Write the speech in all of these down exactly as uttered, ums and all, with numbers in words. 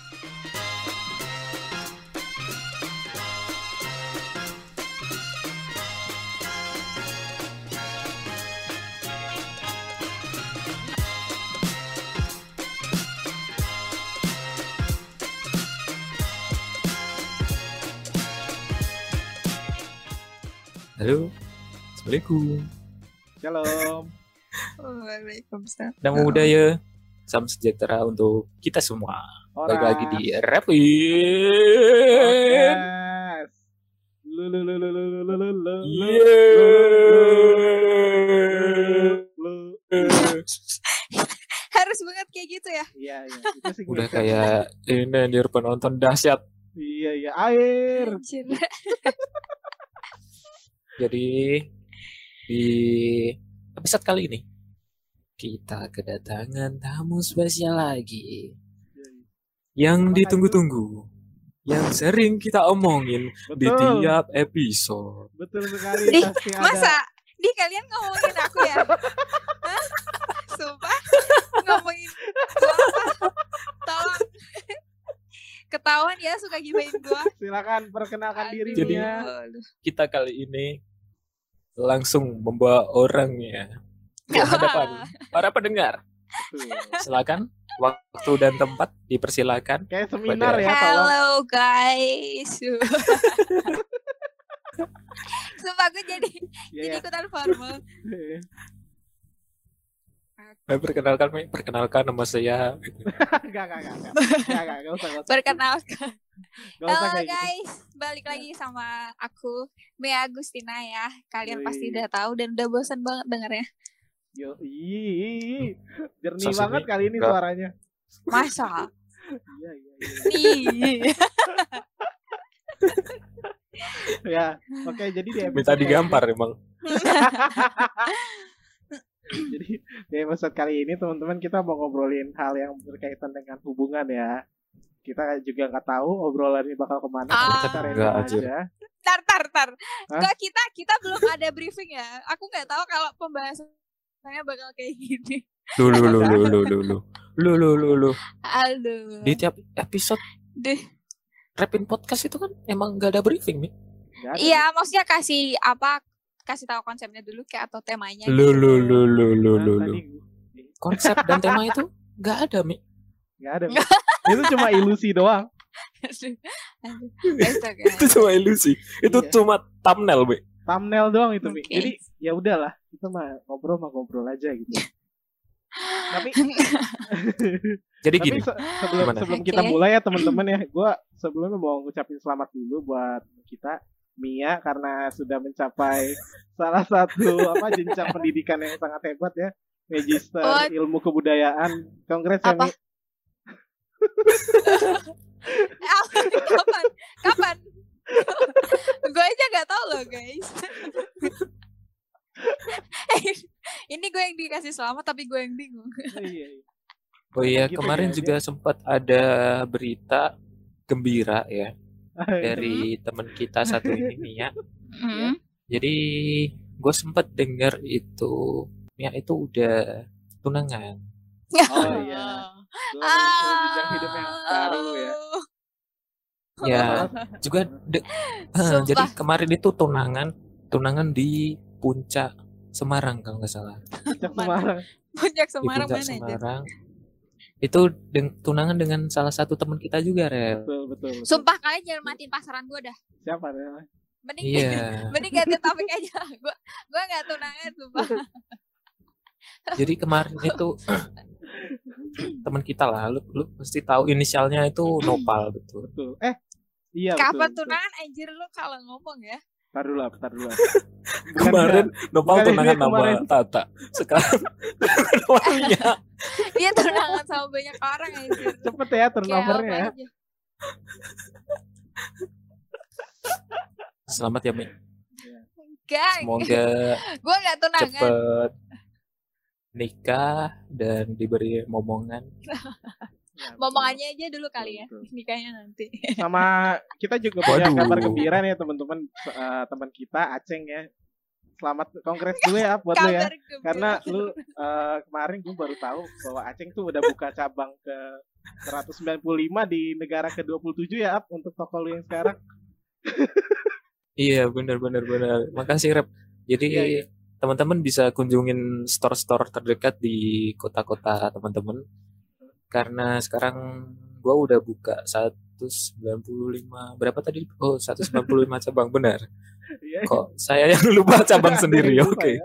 Halo, assalamualaikum. Shalom. Waalaikumsalam. Nama muda ya, salam sejahtera untuk kita semua. Balik lagi di Rapin. Yes. Lu lu lu lu lu lu lu lu. Harus banget kayak gitu ya. Iya iya. Itu sih Udah kayak ini anjir penonton dahsyat. Iya iya air. Anjir. Jadi di episode kali ini kita kedatangan tamu spesial lagi yang ditunggu-tunggu, yang sering kita omongin. Betul. Di tiap episode. Betul sekali. Ih, masa di kalian ngomongin aku ya? Hah? Sumpah ngomongin gua apa? Tolong ketahuan ya suka gibain gua. Silakan perkenalkan diri. Jadi kita kali ini langsung membawa orangnya ke hadapan para pendengar. Betul. Silakan, waktu dan tempat dipersilakan. Kayak seminar ya. Halo guys. Sumpah gue jadi yeah, jadi ikutan formal. Saya perkenalkan, perkenalkan nama saya. Enggak, enggak, enggak. Enggak, enggak, enggak usah. Perkenalkan. Halo guys, gitu. Balik lagi sama aku Mea Agustina ya. Kalian Yoi. pasti udah tahu dan udah bosan banget dengarnya. Yo, ih, jernih so, banget kali ini enggak. Suaranya. Masa? Iya, iya, iya. Ya, oke, jadi di episode minta digampar ini, emang. Jadi di episode kali ini teman-teman kita mau ngobrolin hal yang berkaitan dengan hubungan ya. Kita juga nggak tahu obrolannya bakal kemana. Ah, kita random aja. Tar tar tar. Enggak, kita kita belum ada briefing ya. Aku nggak tahu kalau pembahasannya bakal kayak gini. Lu lu lu lu lu lu lu lu lu lu lu. Aduh. Di tiap episode deh Rapin Podcast itu kan emang nggak ada briefing nih. Iya, maksudnya kasih apa? Kasih tahu konsepnya dulu kayak atau temanya. Lu lu lu lu lu lu lu. Konsep dan tema itu nggak ada, Mi. Nggak ada. Itu cuma ilusi doang. Itu cuma ilusi. Itu iya. Cuma thumbnail, Be. Thumbnail doang itu, Be. Okay. Jadi ya udahlah, kita mah ngobrol mah ngobrol aja gitu. Tapi jadi gini. Se- sebelum Gimana? sebelum okay. kita mulai ya teman-teman ya, gue sebelumnya mau ngucapin selamat dulu buat kita Mia karena sudah mencapai salah satu apa jenjang pendidikan yang sangat hebat ya, Magister oh. Ilmu Kebudayaan. Kongres ya, Mi. Kapan? Kapan? Gue aja nggak tahu loh guys. Ini gue yang dikasih selamat tapi gue yang bingung. Oh iya, gitu kemarin ya, juga dia. Sempat ada berita gembira ya dari teman kita satu ini Mia. Mm-hmm. Jadi gue sempat dengar itu Mia itu udah tunangan. Oh iya. Jenjang hidup yang baru ya. Ya, juga de- uh, jadi kemarin itu tunangan, tunangan di Puncak Semarang kalau nggak salah. Puncak Semarang. Puncak Semarang di Puncak mana Semarang. Itu de- tunangan dengan salah satu teman kita juga, Rel. Betul, betul, betul. Sumpah kalian jangan matiin pasaran gue dah. Siapa, Rel? Mending iya. Mending ganti topik aja. Gue gue nggak tunangan, sumpah. Jadi kemarin itu teman kita lah, lu, lu pasti tahu inisialnya itu Nopal, betul. Betul. Eh, iya. Kapan betul, tunangan betul. Anjir lu kalau ngomong ya. Tar dulu, tar dulu. Kemarin Nopal tunangan nama Tata. Sekarang namanya. Dia tunangan sama banyak orang anjir. Cepet ya turnovernya ya. Selamat ya, Mi. Enggak. Semoga gue enggak tunangan. Cepet nikah dan diberi momongan. Momongannya aja dulu kali ya, nikahnya nanti. Sama kita juga punya kabar gembira nih teman-teman, uh, teman kita Aceng ya. Selamat kongres dulu ya buat lu ya. Karena lu uh, kemarin gue baru tahu bahwa Aceng tuh udah buka cabang ke seratus sembilan puluh lima di negara ke dua puluh tujuh ya, Ap, untuk toko lu yang sekarang. Iya, benar benar benar. Makasih, Rep. Jadi iya, iya. teman-teman bisa kunjungin store-store terdekat di kota-kota teman-teman. Karena sekarang gua udah buka seratus sembilan puluh lima berapa tadi? Oh, seratus sembilan puluh lima cabang, benar. Kok saya yang lupa cabang sendiri? Oke. Okay.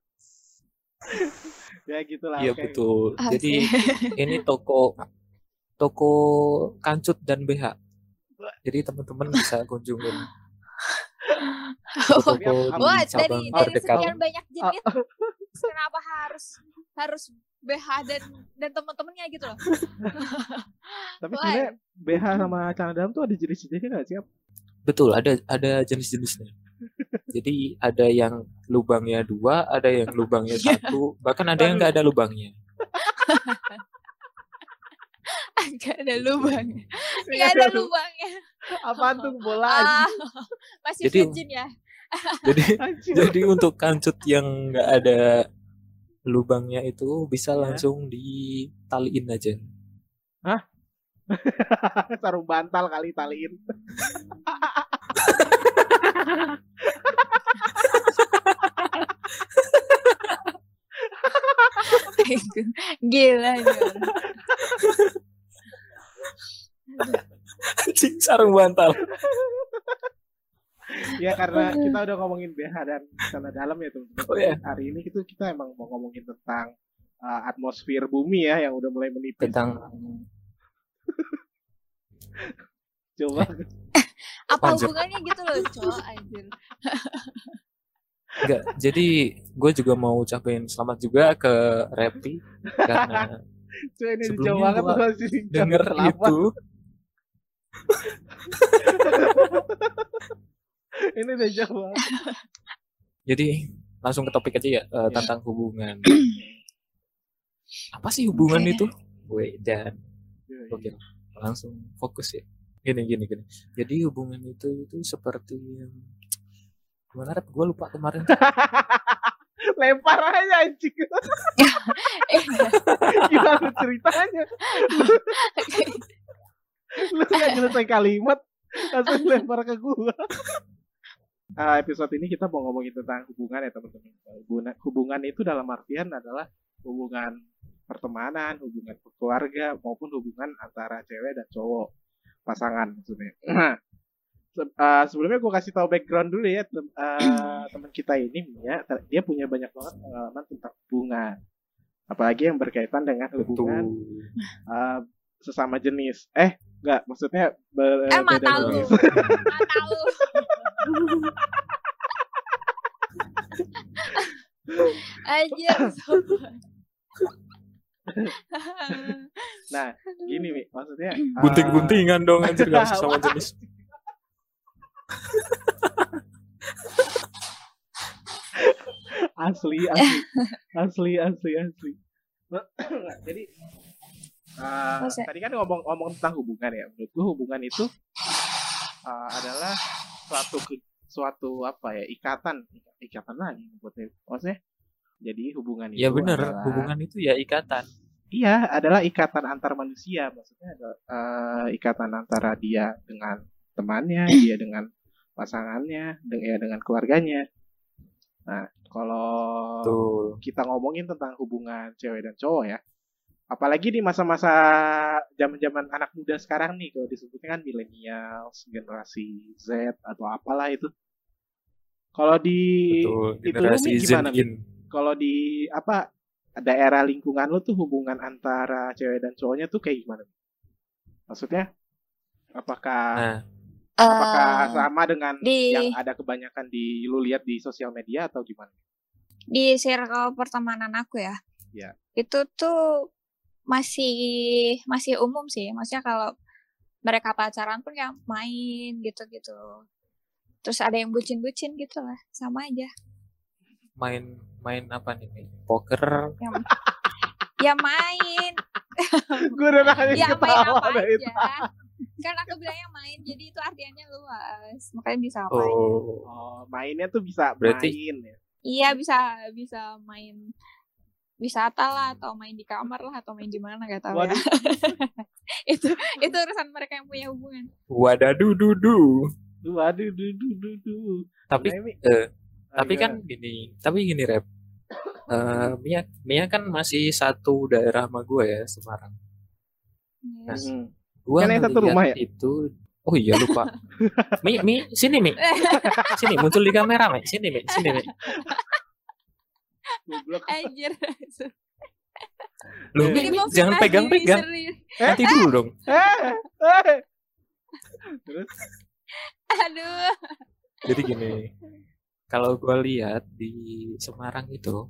Ya gitulah. Iya, okay. betul. Okay. Jadi ini toko toko kancut dan B H. Jadi teman-teman bisa kunjungin toko Wah, di cabang dari, dari terdekat. sekian banyak jenis, kenapa harus harus B H dan dan teman-temannya gitu loh? Tapi sebenarnya B H sama celana dalam tuh ada jenis-jenisnya nggak sih? Betul, ada ada jenis-jenisnya. Jadi ada yang lubangnya dua, ada yang lubangnya satu, bahkan ada yang nggak ada lubangnya. Nggak ada lubangnya, nggak ada lubangnya. Apaan tuh bola? Ah, masih jadi, virgin ya. Jadi jadi untuk kancut yang nggak ada lubangnya itu bisa ya. Langsung ditaliin aja. Hah? Sarung bantal kali taliin. Gila nih. Anjing, sarung bantal. Ya karena kita udah ngomongin B H dan celana dalam ya teman-teman. Oh, yeah. Hari ini itu kita emang mau ngomongin tentang uh, atmosfer bumi ya yang udah mulai menipis. Tentang coba. Apa hubungannya gitu loh, cowok anjir. Enggak, jadi gue juga mau ucapin selamat juga ke Repi karena Cuy, ini sebelumnya gue denger itu. Ini udah jauh banget. Jadi langsung ke topik aja ya, uh, tentang hubungan. Apa sih hubungan okay. itu? Gue dan oke, langsung fokus ya. Gini gini gini. Jadi hubungan itu itu seperti yang gimana Rep? Gue lupa kemarin. Lempar aja anjing. Gimana ceritanya? Lu gak selesai kalimat langsung lempar ke gue. Uh, episode ini kita mau ngomongin tentang hubungan ya teman-teman. Hubungan, hubungan itu dalam artian adalah hubungan pertemanan, hubungan keluarga maupun hubungan antara cewek dan cowok, pasangan maksudnya. Se- uh, sebelumnya gue kasih tahu background dulu ya tem- uh, teman kita ini ya, dia punya banyak banget pengalaman tentang hubungan, apalagi yang berkaitan dengan hubungan uh, sesama jenis. Eh, enggak, maksudnya ber- eh, beda mata jenis. lu. Mata lu. Anjir. Nah, gini Mi, maksudnya uh, gunting-guntingan dong anjir, gak sesama jenis. asli, asli, asli, asli, asli. Jadi uh, tadi kan ngomong-ngomong tentang hubungan ya. Menurut gue hubungan itu uh, adalah suatu suatu apa ya ikatan, ikatan lagi maksudnya. Jadi hubungan itu. Ya benar, adalah, hubungan itu ya ikatan. Iya, adalah ikatan antar manusia. Maksudnya adalah uh, ikatan antara dia dengan temannya, dia dengan pasangannya, ya dengan keluarganya. Nah, kalau Tuh. kita ngomongin tentang hubungan cewek dan cowok ya, apalagi di masa-masa zaman-zaman anak muda sekarang nih, kalau disebutnya kan millennials, generasi Z atau apalah itu. Kalau di Betul, itu generasi lu gimana? Zen. Kalau di apa daerah lingkungan lu tuh hubungan antara cewek dan cowoknya tuh kayak gimana? Maksudnya apakah nah. Apakah uh, sama dengan di, yang ada kebanyakan di lu lihat di sosial media atau gimana? Di circle pertemanan aku ya. Ya. Itu tuh masih masih umum sih. Maksudnya kalau mereka pacaran pun ya main gitu-gitu. Terus ada yang bucin-bucin gitu lah, sama aja. Main main apa nih? Poker. Ya, ya main. Gue udah nanya ya, ketawa main apa aja. Itu. Kan aku bilangnya main, jadi itu artinya luas, makanya bisa apa oh. aja. Oh, mainnya tuh bisa Berarti, main ya? Iya bisa bisa main wisata lah atau main di kamar lah atau main di mana nggak tahu ya. itu itu urusan mereka yang punya hubungan. Wadadu dudu. Waduh, duh, duh, duh, duh. Tapi eh, tapi kan gini, tapi gini Rep. Uh, Mia, Mia kan masih satu daerah sama gue ya, Semarang. Nah, Hmm. gue Kan yang satu rumah ya? Itu, oh iya lupa. Mi, Mi, sini Mi, sini muncul di kamera Mi, sini Mi, sini Mi. Anjir. Lu Mi, Mi jangan pegang-pegang. Nanti dulu dong. Terus? Aduh. Jadi gini, kalau gue lihat di Semarang itu,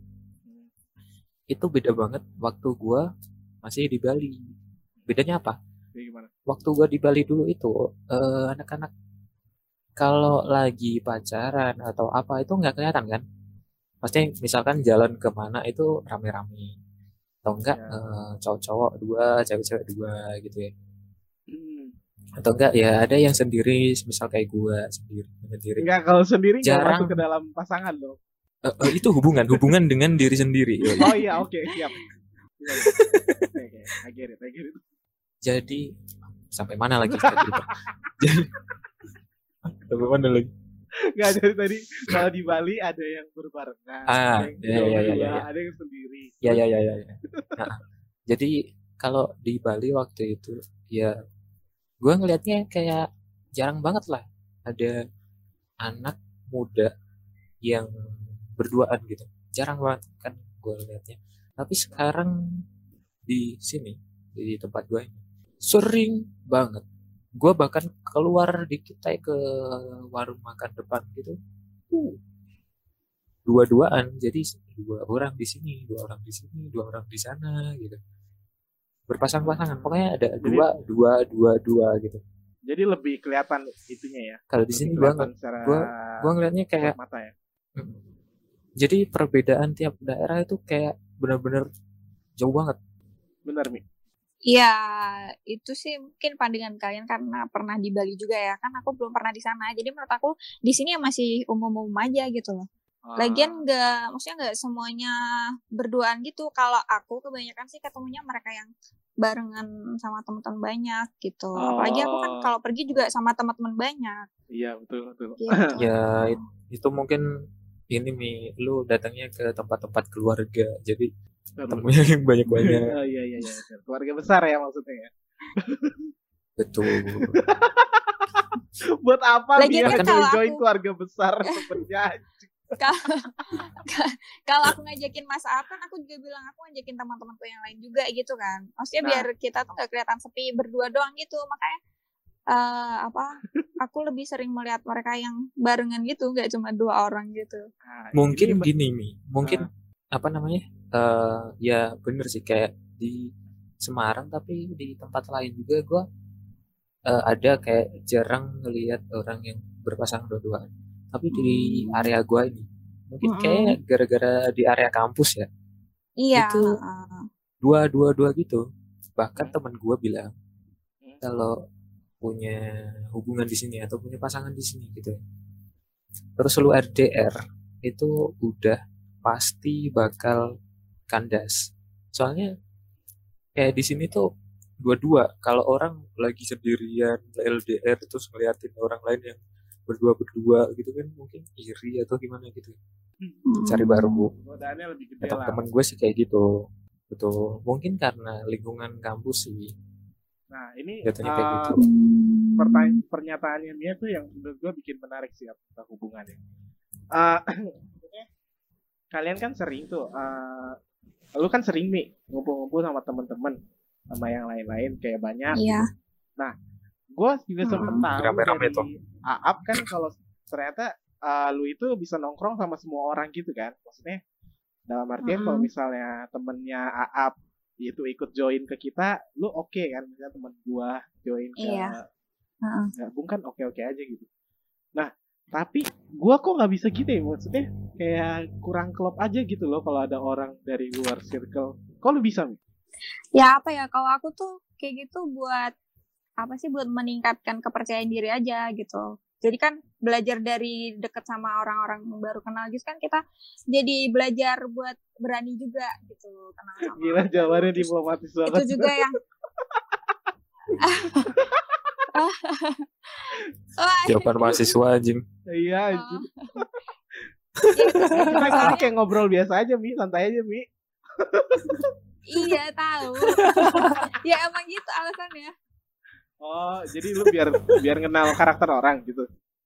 itu beda banget waktu gue masih di Bali. Bedanya apa? Gimana? Waktu gue di Bali dulu itu, eh, anak-anak kalau lagi pacaran atau apa itu nggak kelihatan kan? Pasti misalkan jalan kemana itu rame-rame, atau enggak ya. eh, cowok-cowok dua, cewek-cewek dua gitu ya. Atau enggak ya ada yang sendiri, misal kayak gue sendiri sendiri. Enggak, kalau sendiri jarang masuk ke dalam pasangan loh. Uh, uh, itu hubungan hubungan dengan diri sendiri. Oh iya, oke, okay, siap. Oke, oke, I get it, I get it. Jadi sampai mana lagi tadi? Jadi sampai mana lagi? Enggak, jadi tadi kalau di Bali ada yang berbarengan, ah, ada yang ya, ya, ya, ya, ya. ada yang sendiri. Ya ya ya ya. ya. Nah, jadi kalau di Bali waktu itu ya gue ngelihatnya kayak jarang banget lah ada anak muda yang berduaan gitu, jarang banget kan gue lihatnya. Tapi sekarang di sini di tempat gue ini sering banget. Gue bahkan keluar dikit aja ke warung makan depan gitu, uh, dua-duaan. Jadi dua orang di sini, dua orang di sini, dua orang di sana gitu, berpasang-pasangan. Pokoknya ada jadi, dua, dua, dua, dua gitu. Jadi lebih kelihatan itunya ya. Kalau di sini gue gue gue ngeliatnya kayak mata ya. Jadi perbedaan tiap daerah itu kayak benar-benar jauh banget. Benar, Mi. Iya, itu sih mungkin pandangan kalian karena pernah di Bali juga ya. Kan aku belum pernah di sana. Jadi menurut aku di sini ya masih umum-umum aja gitu loh. Ah. Lagian enggak, maksudnya enggak semuanya berduaan gitu. Kalau aku kebanyakan sih ketemunya mereka yang barengan sama teman-teman banyak gitu. Oh. Apalagi aku kan kalau pergi juga sama teman-teman banyak. Iya, betul betul. Gitu. Ya, itu mungkin ini Mi, lu datangnya ke tempat-tempat keluarga. Jadi temunya yang banyak-banyak. Oh iya iya iya. Keluarga besar ya maksudnya ya. Betul. Buat apa dia kan join aku... keluarga besar berjanji? Kalau aku ngajakin Mas Apan, aku juga bilang aku ngajakin teman-temanku yang lain juga gitu kan. Maksudnya nah. biar kita tuh nggak kelihatan sepi berdua doang gitu. Makanya uh, apa? Aku lebih sering melihat mereka yang barengan gitu, nggak cuma dua orang gitu. Nah, mungkin gini Mi, mungkin nah. apa namanya? Uh, ya bener sih kayak di Semarang, tapi di tempat lain juga gue uh, ada kayak jarang ngelihat orang yang berpasangan dua-duaan. Tapi di area gue ini mungkin mm-hmm. kayak gara-gara di area kampus ya, iya. itu dua dua dua gitu. Bahkan teman gue bilang kalau punya hubungan di sini atau punya pasangan di sini gitu, terus lu R D R itu udah pasti bakal kandas. Soalnya kayak di sini tuh dua-dua. Kalau orang lagi sendirian L D R terus ngeliatin orang lain yang berdua-berdua gitu kan, mungkin iri atau gimana gitu. Hmm. Cari baru. Godaannya lebih gede lah. Temen gue sih kayak gitu. Betul. Mungkin karena lingkungan kampus sih. Nah, ini uh, kayak gitu. Pertanyaan pernyataannya Mia tuh yang menurut gue bikin menarik sih tentang hubungannya. Uh, kalian kan sering tuh uh, lu kan sering nih ngumpul-ngumpul sama temen-temen sama yang lain-lain kayak banyak. Iya. Gitu. Nah, gue juga hmm. sempet tahu Rame-rame dari tuh. Aap kan kalau ternyata uh, lu itu bisa nongkrong sama semua orang gitu kan. Maksudnya dalam artian hmm. kalau misalnya temennya Aap itu ikut join ke kita, lu oke okay kan? Misalnya temen gue join ke iya. uh-uh. Bung kan oke-oke aja gitu. Nah, tapi gue kok nggak bisa gitu ya, maksudnya kayak kurang klop aja gitu loh kalau ada orang dari luar circle. Kok lu bisa, Mi? Ya apa ya, kalau aku tuh kayak gitu buat apa sih, buat meningkatkan kepercayaan diri aja gitu. Jadi kan belajar dari deket sama orang-orang baru kenal gitu kan kita jadi belajar buat berani juga gitu kenal sama. Gila jawabannya diplomatis banget. Itu juga yang Jawaban mahasiswa anjing. Iya anjing. Ya, Kita kayak ngobrol biasa aja Mi, santai aja Mi. Iya tahu. Ya emang gitu alasannya. Oh, jadi lu biar biar kenal karakter orang gitu.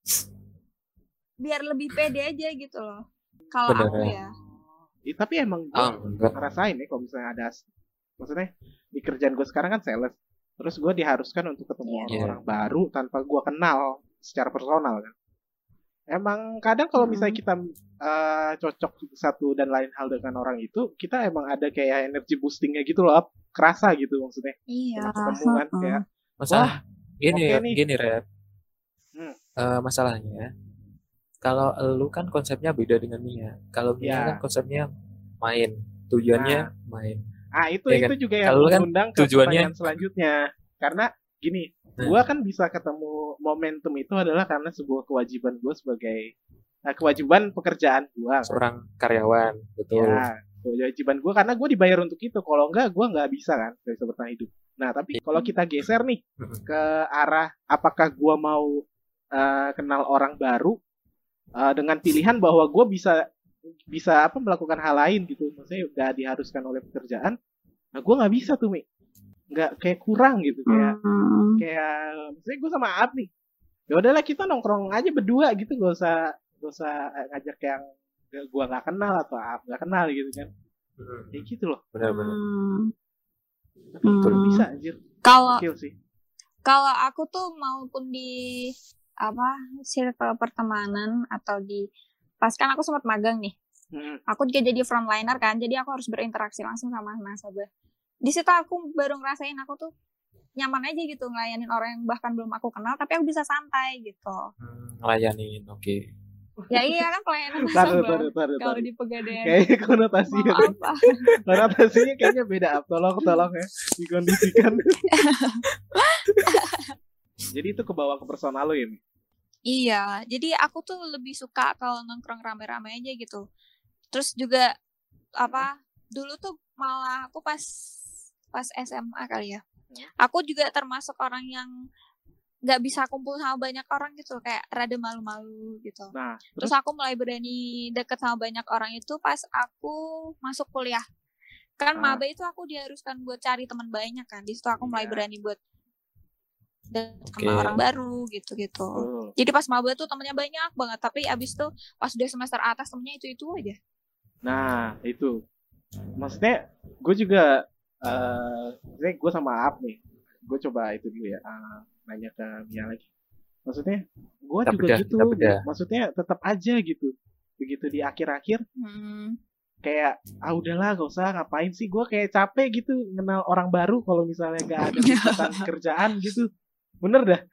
Biar lebih pede aja gitu loh. Kalau aku ya. Ya, tapi emang gue oh, ngerasain nih kalau misalnya ada, maksudnya di kerjaan gue sekarang kan sales. Terus gue diharuskan untuk ketemu yeah. orang baru tanpa gue kenal secara personal kan. Emang kadang kalau misalnya kita uh, cocok satu dan lain hal dengan orang itu, kita emang ada kayak energy boostingnya gitu loh, kerasa gitu maksudnya. Iya. Ketemu kan kayak masalah gini okay nih. gini Rep hmm. uh, masalahnya kalau lu kan konsepnya beda dengan Mia. Kalau Mia yeah. kan konsepnya main, tujuannya nah. main. Ah itu ya itu kan? juga yang mengundang kan, ke tujuannya selanjutnya. Karena gini, hmm. gue kan bisa ketemu momentum itu adalah karena sebuah kewajiban gue sebagai nah, kewajiban pekerjaan gue. Seorang kan? karyawan, betul. Ya, kewajiban gue karena gue dibayar untuk itu. Kalau enggak, gue nggak bisa kan, nggak bisa bertahan hidup. Nah, tapi kalau kita geser nih ke arah apakah gue mau uh, kenal orang baru uh, dengan pilihan bahwa gue bisa bisa apa melakukan hal lain gitu, maksudnya udah diharuskan oleh pekerjaan. Nah, gue nggak bisa tuh Mi, nggak kayak kurang gitu kayak hmm. kayak maksudnya gue sama Ab nih, ya udahlah kita nongkrong aja berdua gitu, gak usah gak usah ngajak yang gue nggak kenal atau Ab nggak kenal gitu kan, hmm. kayak gitu loh. Benar-benar. Hmm. Betul hmm. bisa anjir. Kalau kalau aku tuh maupun di apa circle pertemanan atau di pas kan aku sempat magang nih. Hmm. Aku juga jadi frontliner kan. Jadi aku harus berinteraksi langsung sama nasabah. Di situ aku baru ngerasain aku tuh nyaman aja gitu ngelayanin orang yang bahkan belum aku kenal tapi aku bisa santai gitu. Hmm, ngelayanin, oke. Okay. Ya iya kan pelayanan nasabah. Kalau di Pegadaian. Kayaknya konotasinya. Apa? Konotasinya kayaknya beda. Tolong tolong ya dikondisikan. Jadi itu kebawa ke personal lo ya? Iya, jadi aku tuh lebih suka kalau nongkrong rame-rame aja gitu. Terus juga apa? Dulu tuh malah aku pas pas S M A kali ya. Aku juga termasuk orang yang nggak bisa kumpul sama banyak orang gitu, kayak rada malu-malu gitu. Nah, terus? terus aku mulai berani deket sama banyak orang itu pas aku masuk kuliah. Kan ah. maba itu aku diharuskan buat cari teman banyak kan. Di situ aku mulai yeah. berani buat deket okay. sama orang baru gitu-gitu. Oh. Jadi pas maba tuh temennya banyak banget, tapi abis itu pas udah semester atas temennya itu-itu aja. Nah, itu. Maksudnya gue juga uh, maksudnya gue sama Ap nih. Gue coba itu dulu ya. Uh, nanya ke Mia lagi. Maksudnya gue juga dah, gitu. Maksudnya tetap aja gitu. Begitu di akhir-akhir hmm. kayak ah udahlah gak usah ngapain sih, gue kayak capek gitu kenal orang baru kalau misalnya gak ada kegiatan kerjaan gitu. Bener dah.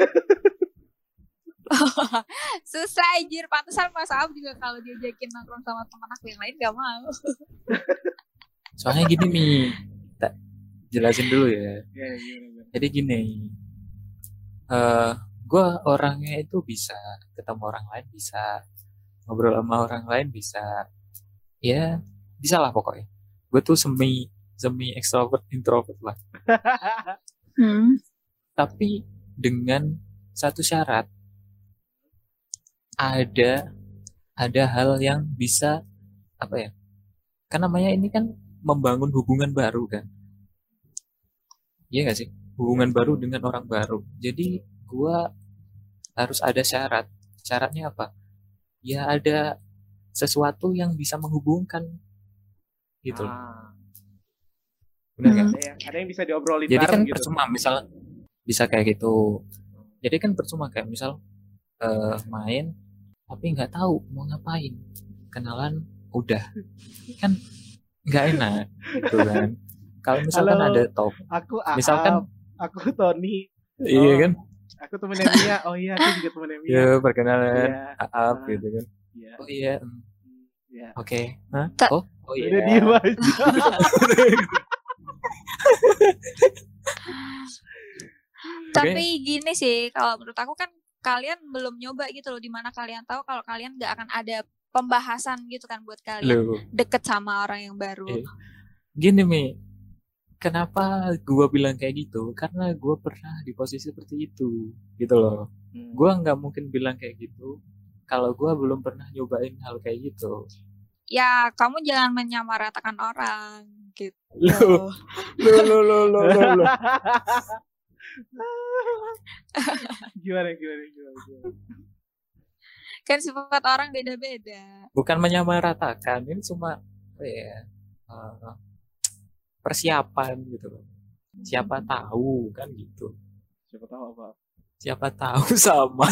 Susah anjir, pantesan Mas Ab juga kalau diajakin nongkrong sama teman aku yang lain gak mau. Soalnya gini nih, tak jelasin dulu ya. Ya, ya, ya. Jadi gini. Uh, gue orangnya itu bisa ketemu orang lain, bisa ngobrol sama orang lain, bisa ya bisa lah pokoknya. Gue tuh semi semi extrovert introvert lah. hmm. Tapi dengan satu syarat, ada ada hal yang bisa apa ya? Kan namanya ini kan membangun hubungan baru kan. Iya gak sih? Hubungan baru dengan orang baru. Jadi gue harus ada syarat. Syaratnya apa? Ya ada sesuatu yang bisa menghubungkan gitu. Ah. Benar kan? Ada, ada yang bisa diobrolin jadi bareng kan gitu. Percuma misal bisa kayak gitu. Jadi kan percuma kayak misal uh, main tapi nggak tahu mau ngapain. Kenalan udah kan nggak enak gitu kan. Kalau misalkan Halo, ada top, aku Aab, misalkan aku Tony, iya oh, kan? Aku temennya Mia, oh iya aku juga temennya Mia. Ya perkenalan, iya. Aab nah, gitu kan? Iya. Oh iya, iya. Oke, okay. Ta- oh, oh iya. Udah diem aja. Tapi gini sih, kalau menurut aku kan kalian belum nyoba gitu loh, dimana kalian tahu kalau kalian nggak akan ada pembahasan gitu kan buat kalian Loh. deket sama orang yang baru. Eh, gini Mi, kenapa gue bilang kayak gitu? Karena gue pernah di posisi seperti itu, gitu loh. Hmm. Gue nggak mungkin bilang kayak gitu kalau gue belum pernah nyobain hal kayak gitu. Ya, kamu jangan menyamaratakan orang gitu. Loh, loh, loh, loh, loh, loh, loh. gimana, gimana, gimana, gimana? Kan sifat orang beda-beda. Bukan menyamaratakan, ini cuma apa ya, uh, persiapan gitu loh. Siapa tahu kan gitu. Siapa tahu apa? Siapa tahu sama.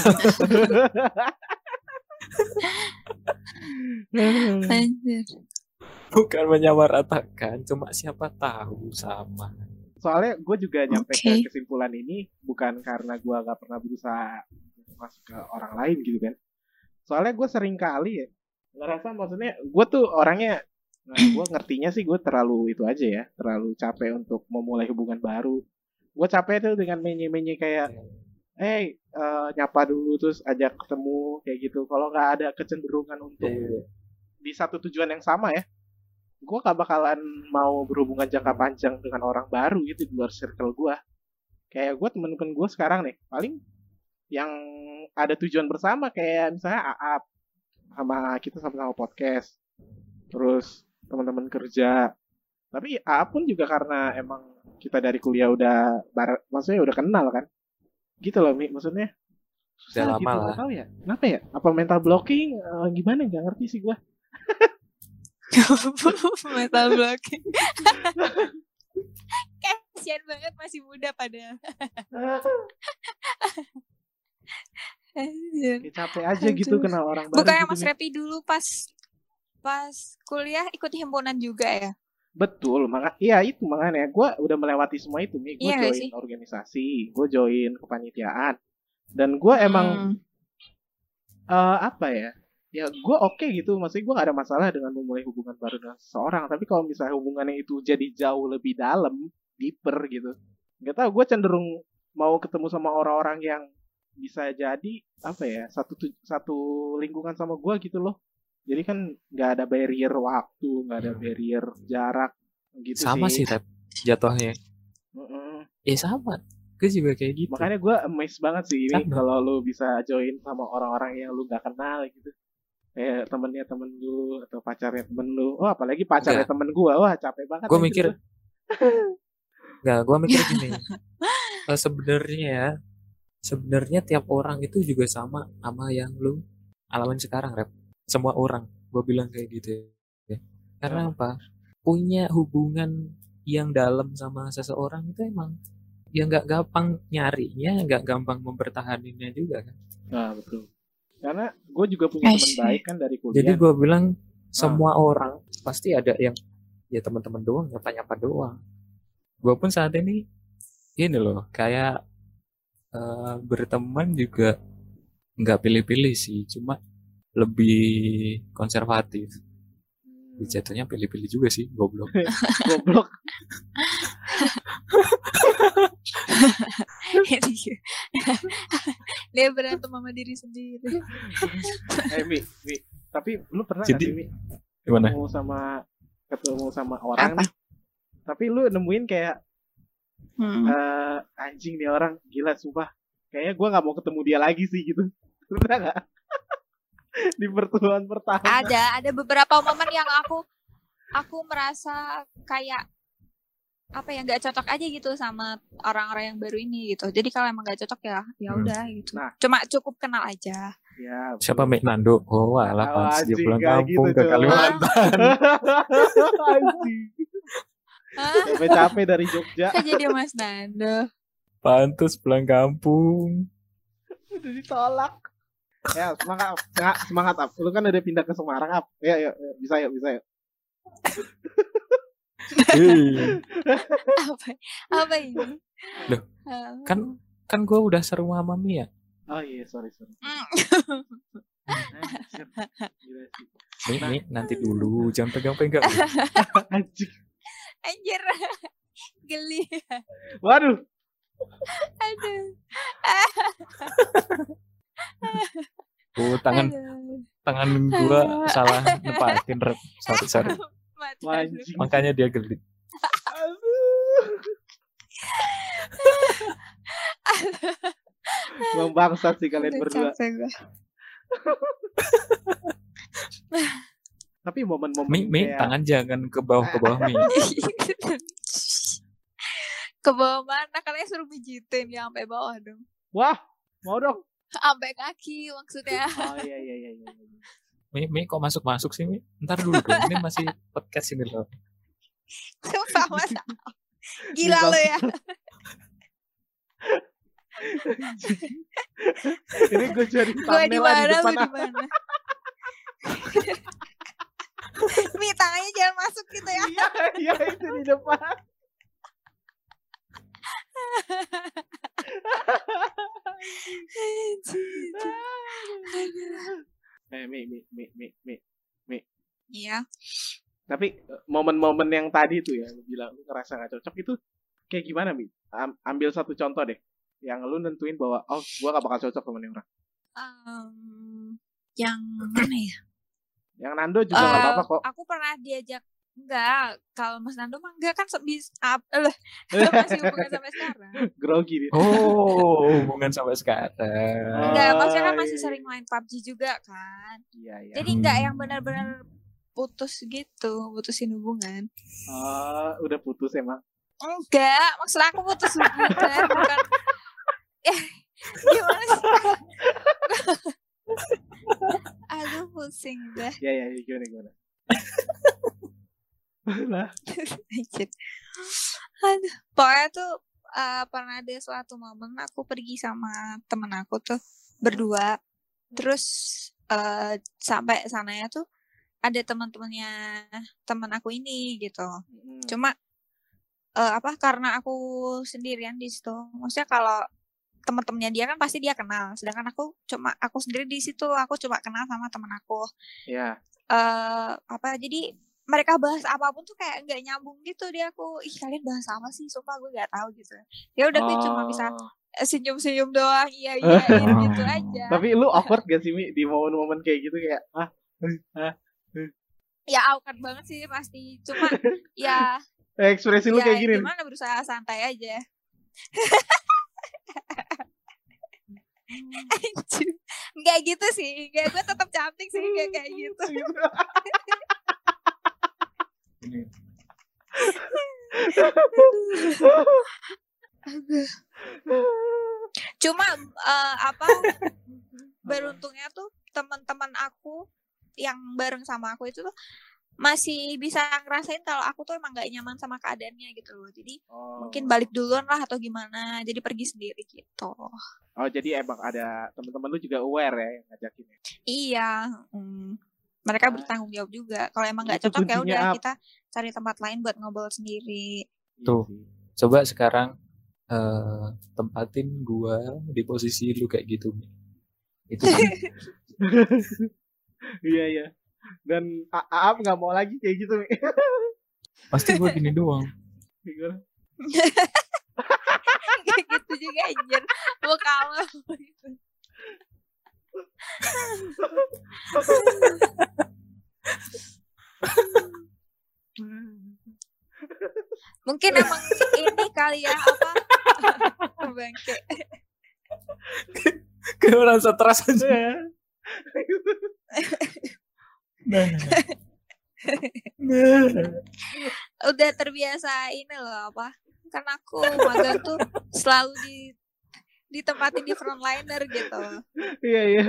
Bukan menyamaratakan, cuma siapa tahu sama. Soalnya gue juga nyampe okay. ke kesimpulan ini bukan karena gue gak pernah berusaha masuk ke orang lain gitu kan. Soalnya gue sering kali ya ngerasa, maksudnya gue tuh orangnya, nah gue ngertinya sih gue terlalu itu aja ya, terlalu capek untuk memulai hubungan baru. Gue capek tuh dengan menye-menye kayak hey, uh, nyapa dulu terus ajak ketemu kayak gitu. Kalau nggak ada kecenderungan untuk yeah. di satu tujuan yang sama ya, gue gak bakalan mau berhubungan jangka panjang dengan orang baru gitu di luar circle gue. Kayak gue temen-temen gue sekarang nih, paling yang ada tujuan bersama kayak misalnya A A P sama kita sama-sama podcast, terus teman-teman kerja. Tapi A A P pun juga karena emang kita dari kuliah udah bar- maksudnya udah kenal kan. Gitu loh Mi, maksudnya susah udah gitu, lama gak tahu ya. Kenapa ya? Apa mental blocking? Uh, gimana? Gak ngerti sih gue. Mental blocking. Kasian banget, masih muda padahal. Capek aja gitu kenal orang baru. Bukannya gitu, Mas Repi dulu pas pas kuliah ikut himpunan juga ya? Betul, maka iya itu makanya gue udah melewati semua itu nih. Gue iya, join sih? organisasi, gue join kepanitiaan, dan gue hmm. emang uh, apa ya? Ya gue oke okay gitu, maksudnya gue gak ada masalah dengan memulai hubungan baru dengan seseorang. Tapi kalau misalnya hubungannya itu jadi jauh lebih dalam, deeper gitu, nggak tahu, gue cenderung mau ketemu sama orang-orang yang bisa jadi apa ya, satu satu lingkungan sama gue gitu loh. Jadi kan nggak ada barrier waktu, nggak ada barrier jarak gitu. Sama sih Rep, jatuhnya. Uh-uh. Eh sama, gue juga kayak gitu. Makanya gue amazed banget sih ini kalau lu bisa join sama orang-orang yang lu nggak kenal gitu. Kayak temennya temen lu atau pacarnya temen lu. Oh apalagi pacarnya Enggak. temen gue, wah capek banget. Gue mikir, nggak, gue mikir gini. uh, sebenarnya, sebenarnya tiap orang itu juga sama sama yang lu alamin sekarang, Rep. Semua orang, gue bilang kayak gitu ya. Karena oh. apa? Punya hubungan yang dalam sama seseorang itu emang ya nggak gampang nyarinya, nggak gampang mempertahaninnya juga kan. Nah betul. Karena gue juga punya teman baik kan dari kuliah. Jadi gue bilang semua ah. orang pasti ada yang ya teman-teman doang, nyapa-nyapa doang. Gue pun saat ini ini loh kayak uh, berteman juga nggak pilih-pilih sih, cuma lebih konservatif. Hmm. Jatuhnya pilih-pilih juga sih, goblok. Goblok. Dia berantem sama diri sendiri. Eh Mi, Mi, tapi lu pernah Jadi, gak sih Mi gimana? ketemu sama ketemu sama orang nih, tapi lu nemuin kayak hmm. uh, anjing nih orang gila sumpah, kayaknya gue nggak mau ketemu dia lagi sih gitu. Pernah nggak? Di pertemuan pertama ada ada beberapa momen yang aku aku merasa kayak apa ya, nggak cocok aja gitu sama orang-orang yang baru ini gitu. Jadi kalau emang nggak cocok ya ya udah hmm. gitu. Nah, cuma cukup kenal aja. Ya, siapa Mek Nando? Oh alah pas dia pulang kampung gitu, ke Kalimantan. Capek-capek dari Jogja. Kok jadi Mas Nando? Pantes pulang kampung. Udah ditolak. Ya semangat, semangat, semangat Ap. Lu kan udah pindah ke Semarang Ap. Ya, ya, ya bisa ya, bisa ya. apa, apa ini? Loh, kan kan gue udah serumah sama Mami ya. Oh iya, sorry sorry. Nih, nih, nanti dulu, jangan pegang-pegang. Anjir. Anjir. Geli. Waduh. Aduh. Oh, tangan tangan gua salah nepatin rep. Sorry, sorry. Makanya dia gelit. Bang bangsat sih kalian berdua. Tapi momen-momen Mi, Mi kayak... tangan jangan ke bawah ke bawah Mi. Ke bawah mana? Kalian suruh pijitin ya sampai bawah dong. Wah, mau dong. Sampai kaki maksudnya. Oh iya iya iya iya. Mi, Mi kok masuk-masuk sih Mi? Ntar dulu dong. Ini masih podcast ini loh. Sumpah Mas. Gila lo ya. Ini gue cari thumbnail di di depan. Lu di mana? Mi tangannya jangan masuk gitu ya. Iya, iya itu di depan. Eh, Mi, Mi, Mi, Mi, Mi, Mi. Iya. Tapi momen-momen yang tadi tuh ya, lu bilang lu ngerasa gak cocok itu kayak gimana, Mi? Am- ambil satu contoh deh, yang lu nentuin bahwa oh, gua gak bakal cocok sama nih orang. Um, yang mana ya? Yang Nando juga Uh, gak apa-apa kok. Aku pernah diajak enggak, kalau Mas Nando mah enggak kan sebis up, eh, masih hubungan sampai sekarang. Grogi dia. Oh, hubungan sampai sekarang. Enggak, maksudnya kan iya, masih iya. sering main P U B G juga kan. Iya, iya. Jadi enggak yang benar-benar putus gitu, putusin hubungan. Oh, udah putus emang. Enggak, maksud aku putus hubungan bukan. Eh, gimana sih? Aduh pusing dah. Iya, iya, gimana gimana. Lah, Anjir. Aduh, pokoknya tuh uh, pernah ada suatu momen aku pergi sama temen aku tuh berdua. Terus uh, sampai sananya tuh ada teman-temannya teman aku ini gitu. hmm. Cuma uh, apa karena aku sendirian di situ. Maksudnya kalau teman-temannya dia kan pasti dia kenal. Sedangkan aku cuma aku sendiri di situ. Aku cuma kenal sama teman aku. Ya. Uh, apa jadi mereka bahas apapun tuh kayak nggak nyambung gitu dia aku ih kalian bahas apa sih sumpah gue nggak tahu gitu ya udah gue cuma bisa senyum-senyum doang iya iya gitu aja. Tapi lu awkward gak sih Mi di momen-momen kayak gitu kayak ah ah ya awkward banget sih pasti cuma ya ekspresi lu ya, kayak gini gimana berusaha santai aja. Nggak gitu sih nggak gue tetap cantik sih nggak kayak gitu. Cuma uh, apa beruntungnya tuh teman-teman aku yang bareng sama aku itu tuh masih bisa ngerasain kalau aku tuh emang gak nyaman sama keadaannya gitu loh. Jadi oh. mungkin balik duluan lah atau gimana. Jadi pergi sendiri gitu. Oh jadi emang ada teman-teman lu juga aware ya yang ngajakin. Iya. Hmm. Mereka bertanggung jawab juga. Kalau emang nggak cocok ya udah kita cari tempat lain buat ngobrol sendiri. Tuh, coba sekarang uh, tempatin gua di posisi lu kayak gitu. Itu. Iya iya. Dan Aap nggak mau lagi kayak gitu. Pasti gua gini doang. Kayak gitu juga anjir. Gua kalah. Mungkin emang ini kali ya apa bangke kayak orang stres aja. Nah. Udah terbiasa ini loh apa kan aku magang tuh selalu di ditempatin di frontliner gitu. Iya iya.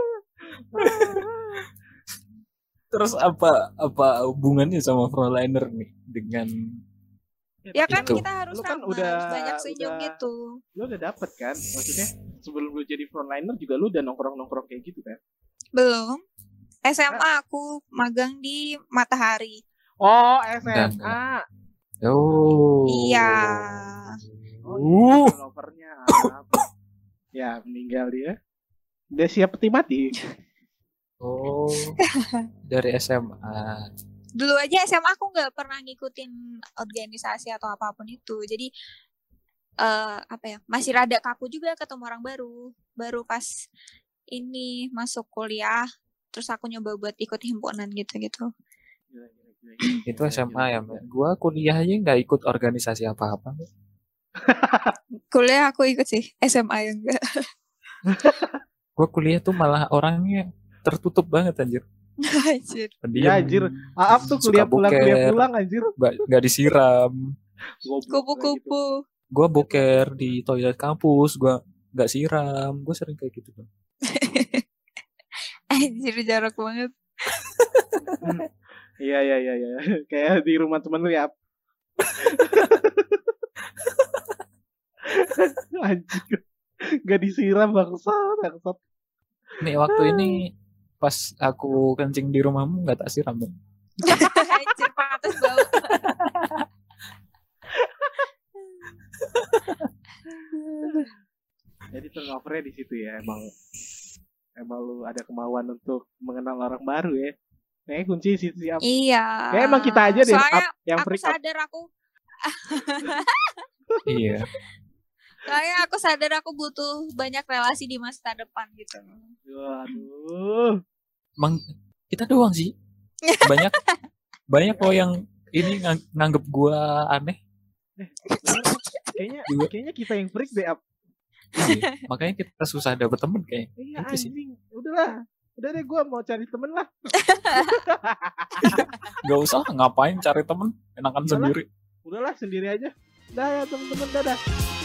Terus apa apa hubungannya sama frontliner nih dengan ya kan itu? Kita harus kan ramah, udah, harus banyak senyum udah, gitu. Lu udah dapet kan? Maksudnya sebelum lu jadi frontliner juga lu udah nongkrong-nongkrong kayak gitu kan? Belum. S M A aku magang di Matahari. Oh, S M A. Oh. Iya. Oh, iya, developernya apa? Ya, meninggal dia. Dia siap peti mati. Oh. Dari S M A. Dulu aja S M A aku nggak pernah ngikutin organisasi atau apapun itu. Jadi uh, apa ya? Masih rada kaku juga ketemu orang baru. Baru pas ini masuk kuliah, terus aku nyoba buat ikut himpunan gitu-gitu. Itu S M A ya, Mbak. Gua kuliah aja nggak ikut organisasi apa-apa. Kuliah aku ikut sih, S M A yang enggak. Gua kuliah tuh malah orangnya tertutup banget anjir. Anjir. Pendiam, Ya anjir, Aap tuh kuliah pulang kuliah pulang anjir. Gak, gak disiram. Kupu-kupu. Gue boker di toilet kampus, gue gak siram, gue sering kayak gitu tuh. Anjir jarak banget. Iya iya iya iya, kayak di rumah temen lu ya. Anjir, gak disiram bangsat, bangsat. Nih waktu ini pas aku kencing di rumahmu gak tak siram dong. Anjir panas bau. Jadi turnovernya di situ ya, emang emang lu ada kemauan untuk mengenal orang baru ya. Kayaknya kunci sih siap. Iya. Kayak emang kita aja deh soalnya up, yang aku freak sadar up. aku. Iya. Soalnya aku sadar aku butuh banyak relasi di masa depan gitu. Waduh. Emang kita doang sih. Banyak banyak loh yang ini ngang- nganggep gua aneh. Eh, kayaknya Juga. kayaknya kita yang freak deh up. Iya, makanya kita susah dapet temen kayak. Iya Itu sih. anjing, udahlah. Udah deh gue mau cari temen lah. Gak usah ngapain cari temen, enakan Iyalah. sendiri. Udahlah sendiri aja. Dah ya temen-temen, dadah.